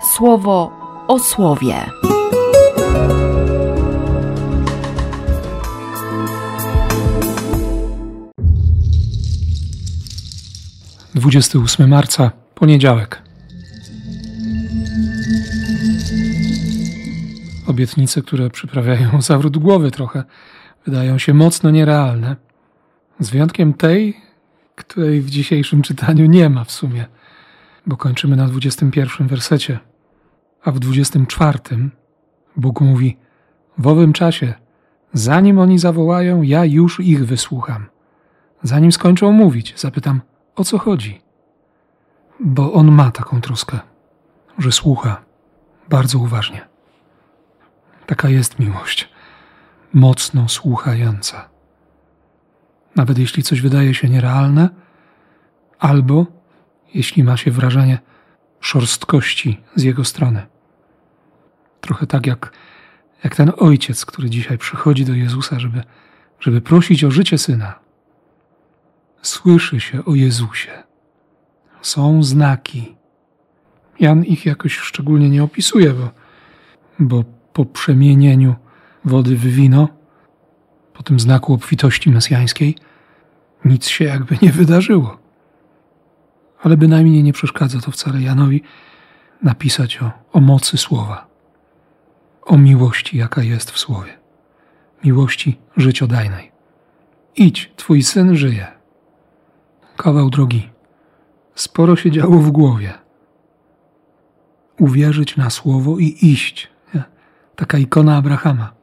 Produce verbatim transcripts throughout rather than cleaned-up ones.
Słowo o słowie. dwudziestego ósmego marca, poniedziałek. Obietnice, które przyprawiają zawrót głowy trochę, wydają się mocno nierealne. Z wyjątkiem tej, której w dzisiejszym czytaniu nie ma w sumie, bo kończymy na dwudziestym pierwszym wersecie. A w dwudziestym czwartym Bóg mówi: w owym czasie, zanim oni zawołają, ja już ich wysłucham. Zanim skończą mówić, zapytam, o co chodzi? Bo On ma taką troskę, że słucha bardzo uważnie. Taka jest miłość, mocno słuchająca. Nawet jeśli coś wydaje się nierealne, albo jeśli ma się wrażenie szorstkości z Jego strony. Trochę tak jak, jak ten ojciec, który dzisiaj przychodzi do Jezusa, żeby, żeby prosić o życie syna. Słyszy się o Jezusie. Są znaki. Jan ich jakoś szczególnie nie opisuje, bo, bo po przemienieniu wody w wino, po tym znaku obfitości mesjańskiej, nic się jakby nie wydarzyło. Ale bynajmniej nie przeszkadza to wcale Janowi napisać o, o mocy słowa, o miłości, jaka jest w słowie, miłości życiodajnej. Idź, twój syn żyje. Kawał drogi. Sporo się działo w głowie. Uwierzyć na słowo i iść. Nie? Taka ikona Abrahama.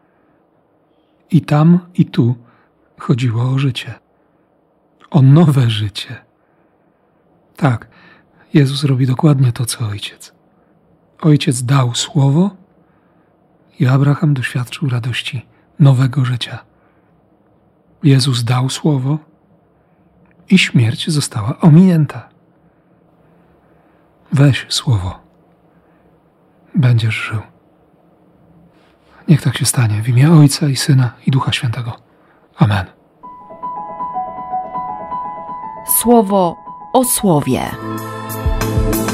I tam, i tu chodziło o życie. O nowe życie. Tak, Jezus robi dokładnie to, co Ojciec. Ojciec dał słowo i Abraham doświadczył radości nowego życia. Jezus dał słowo i śmierć została ominięta. Weź słowo. Będziesz żył. Niech tak się stanie w imię Ojca i Syna i Ducha Świętego. Amen. Słowo o słowie.